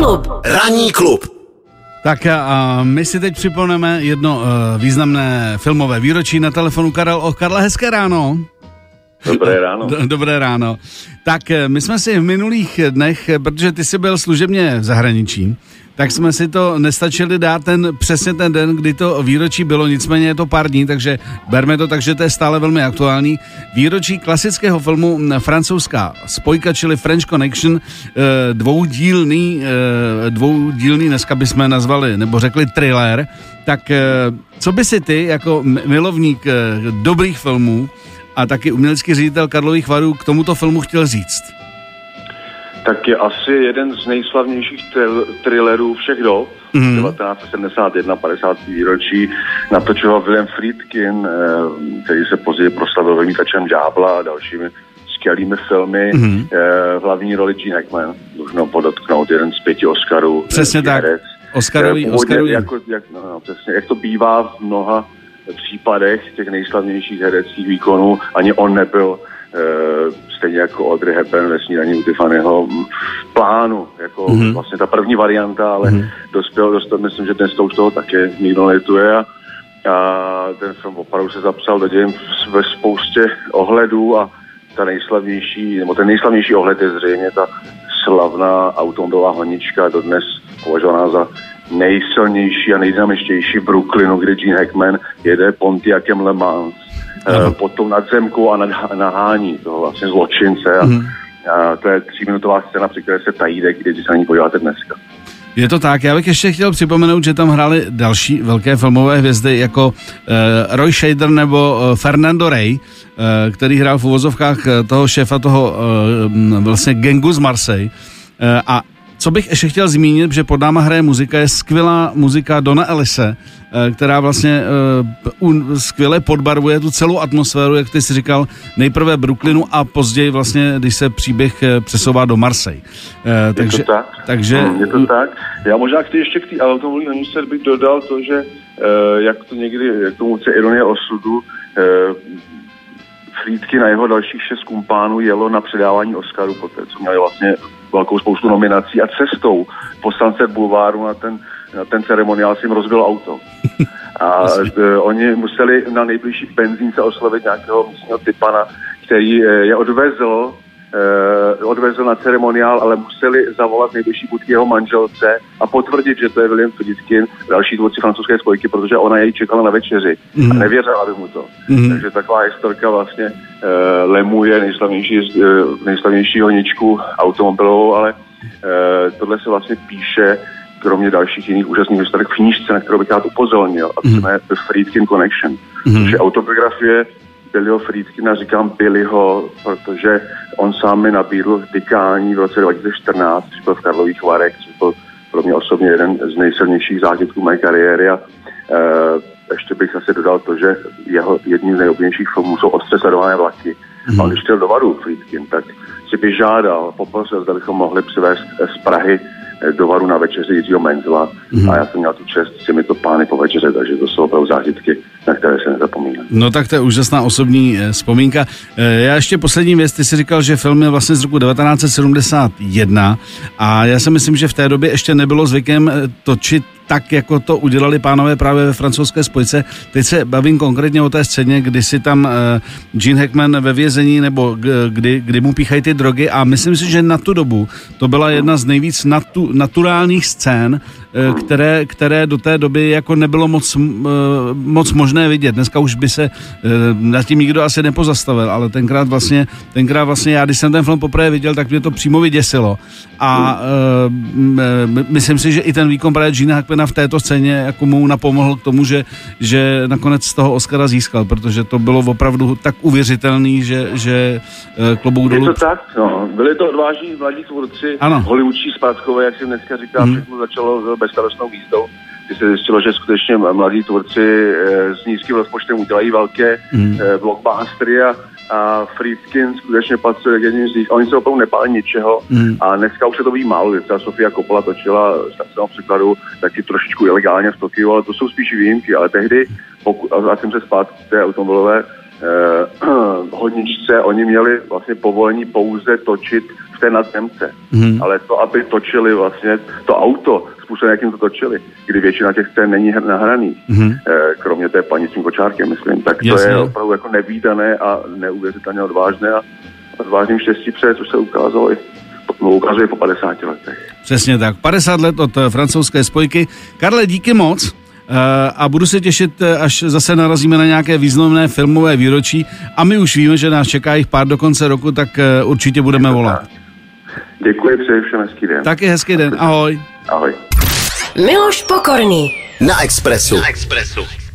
Ranní klub. Tak a my si teď připomeneme jedno významné filmové výročí. Na telefonu Karel. Karle, hezké ráno. Dobré ráno. Dobré ráno. Tak my jsme si v minulých dnech, protože ty jsi byl služebně v zahraničí, tak jsme si to nestačili dát přesně ten den, kdy to výročí bylo, nicméně je to pár dní, takže berme to tak, že to je stále velmi aktuální. Výročí klasického filmu Francouzská spojka, čili French Connection, dvoudílný, dneska bychom nazvali, nebo řekli thriller. Tak co by si ty, jako milovník dobrých filmů a taky umělecký ředitel Karlových Varů, k tomuto filmu chtěl říct? Tak je asi jeden z nejslavnějších thrillerů všech dob. 1971, 50. výročí. Natočil William Friedkin, který se později proslavil Vymýtačem ďábla a dalšími skvělými filmy. V hlavní roli Gene Hackman, možno podotknout, jeden z 5 Oscarů. Přesně tak. Oscarový. Přesně, jak to bývá v mnoha případech těch nejslavnějších hereckých výkonů, ani on nebyl stejně jako Audrey Hepburn ve Snídani u Tiffanyho v plánu, jako vlastně ta první varianta, ale dospěl, myslím, že dnes to už toho také nikdo nelituje a ten film opravdu se zapsal do dějin ve spoustě ohledů a ten nejslavnější ohled je zřejmě ta slavná automobilová honička, dodnes považovaná za nejsilnější a nejdynamičtější v Brooklynu, kde Gene Hackman jede Pontiacem Le Mans pod tou nadzemkou a nahání toho vlastně zločince a to je 3minutová scéna, při které se tají, když se na ní podíváte dneska. Je to tak, já bych ještě chtěl připomenout, že tam hráli další velké filmové hvězdy jako Roy Scheider nebo Fernando Rey, který hrál v uvozovkách toho šéfa toho vlastně gangu z Marseille. A co bych ještě chtěl zmínit, že pod náma hraje muzika, je skvělá muzika Dona Ellise, která vlastně skvěle podbarvuje tu celou atmosféru, jak ty jsi říkal, nejprve Brooklynu a později vlastně, když se příběh přesouvá do Marseille. Je to tak. Já možná ještě k té automobilní honičce bych dodal to, že jak tomu chce ironie osudu, Friedkin a jeho dalších 6 kumpánů jelo na předávání Oscaru poté, co měli vlastně velkou spoustu nominací a cestou po Sunset Boulevardu na ten ceremoniál si jim rozbil auto. A oni museli na nejbližší benzínce oslovit nějakého místního typana, který je odvezl na ceremoniál, ale museli zavolat nejbližší budky jeho manželce a potvrdit, že to je William Friedkin, další tvůrci francouzské spojky, protože ona jej čekala na večeři a nevěřila by mu to. Takže taková historka vlastně lemuje nejslavnější honičku automobilovou, ale tohle se vlastně píše kromě dalších jiných úžasných historek v knížce, na kterou bych rád upozornil, a to se jmenuje The Friedkin Connection. Což je autobiografie Billyho Friedkina, říkám Billyho, protože on sám mi nabídl tykání v roce 2014, když byl v Karlových Varech, což byl pro mě osobně jeden z nejsilnějších zážitků mé kariéry a ještě bych zase dodal to, že jeho jedním z nejoblíbenějších filmů jsou Ostře sledované vlaky. A když chtěl do Varu Friedkin, tak si by žádal, poprosil, zda bychom mohli přivést z Prahy do Varu na večeři Jiřího Menzla a já jsem měl tu čest s těmito pány po večeře, takže to jsou opravdu zážitky, na které se nezapomíná. No tak to je úžasná osobní vzpomínka. Já ještě poslední věc, ty jsi říkal, že film je vlastně z roku 1971 a já si myslím, že v té době ještě nebylo zvykem točit tak, jako to udělali pánové právě ve francouzské spojce. Teď se bavím konkrétně o té scéně, kdy si tam Gene Hackman ve vězení, nebo kdy mu píchají ty drogy a myslím si, že na tu dobu to byla jedna z nejvíc naturálních scén, které do té doby jako nebylo moc možné vidět. Dneska už by se nad tím nikdo asi nepozastavil, ale tenkrát vlastně já, když jsem ten film poprvé viděl, tak mě to přímo vyděsilo. A myslím si, že i ten výkon právě Gene Hackmana v této scéně jako mu napomohl k tomu, že nakonec z toho Oscara získal, protože to bylo opravdu tak uvěřitelný, že klobouk dolů. Je to tak, no. Byli to odvážní mladí tvůrci, hollywoodští zpátkové, jak jsem dneska říkal, všechno začalo bezstarostnou jízdou, kdy se zjistilo, že skutečně mladí tvůrci s nízkým rozpočtem udělají velké blockbustery a Friedkin skutečně patřil k jedním z nich. Oni se opravdu nepáli ničeho a dneska už se to ví málo. Třeba Sofia Coppola točila v příkladu taky trošičku ilegálně v Tokiu, ale to jsou spíš výjimky. Ale tehdy, a jsem se zpátky k té automobilové hodničce, oni měli vlastně povolení pouze točit v té Nadzemce. Ale to, aby točili vlastně to auto, způsobem, jakým to točili, kdy většina těch scén není nahraných, kromě té paní s tím kočárkem, myslím, tak to je opravdu jako nevídané a neuvěřitelně odvážné a s vážným štěstí což se ukazuje po 50 letech. Přesně tak. 50 let od francouzské spojky. Karle, díky moc a budu se těšit, až zase narazíme na nějaké významné filmové výročí a my už víme, že nás čeká jich pár do konce roku, tak určitě budeme volat. Děkuji, přeji všem hezký den. Taky hezký den. Ahoj. Ahoj. Miloš Pokorný na Expressu.